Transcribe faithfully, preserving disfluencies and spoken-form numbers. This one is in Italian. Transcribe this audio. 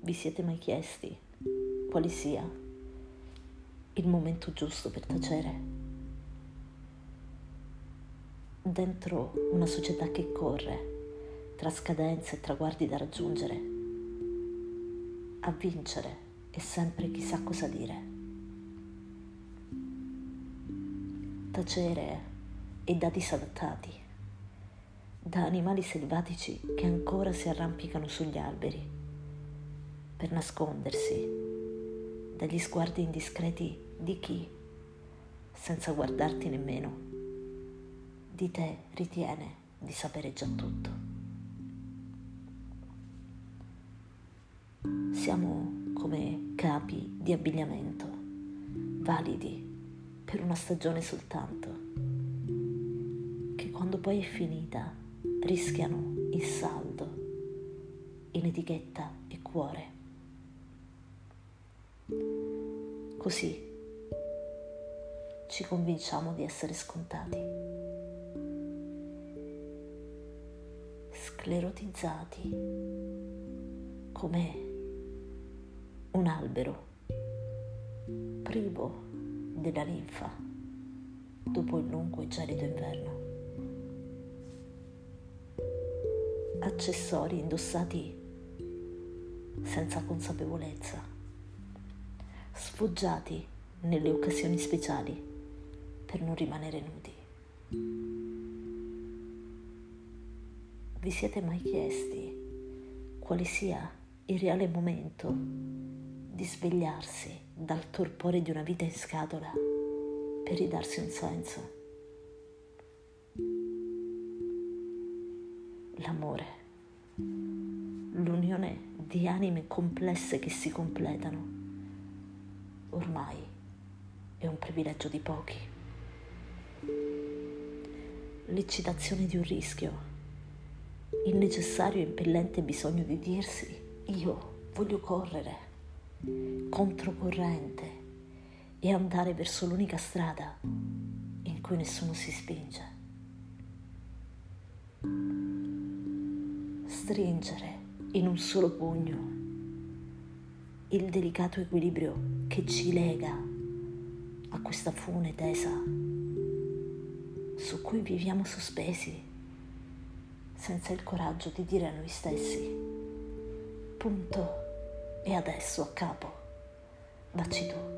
Vi siete mai chiesti quale sia il momento giusto per tacere? Dentro una società che corre tra scadenze e traguardi da raggiungere, a vincere è sempre chissà cosa dire. Tacere è da disadattati, da animali selvatici che ancora si arrampicano sugli alberi per nascondersi dagli sguardi indiscreti di chi, senza guardarti nemmeno, di te ritiene di sapere già tutto. Siamo come capi di abbigliamento, validi per una stagione soltanto, che quando poi è finita rischiano il saldo in etichetta e cuore. Così ci convinciamo di essere scontati, sclerotizzati come un albero privo della linfa dopo il lungo e gelido inverno. Accessori indossati senza consapevolezza, sfoggiati nelle occasioni speciali per non rimanere nudi. Vi siete mai chiesti quale sia il reale momento di svegliarsi dal torpore di una vita in scatola per ridarsi un senso? L'amore, l'unione di anime complesse che si completano, ormai è un privilegio di pochi. L'eccitazione di un rischio, il necessario e impellente bisogno di dirsi: io voglio correre controcorrente e andare verso l'unica strada in cui nessuno si spinge. Stringere in un solo pugno il delicato equilibrio che ci lega a questa fune tesa su cui viviamo sospesi, senza il coraggio di dire a noi stessi: punto, e adesso a capo, vacci tu.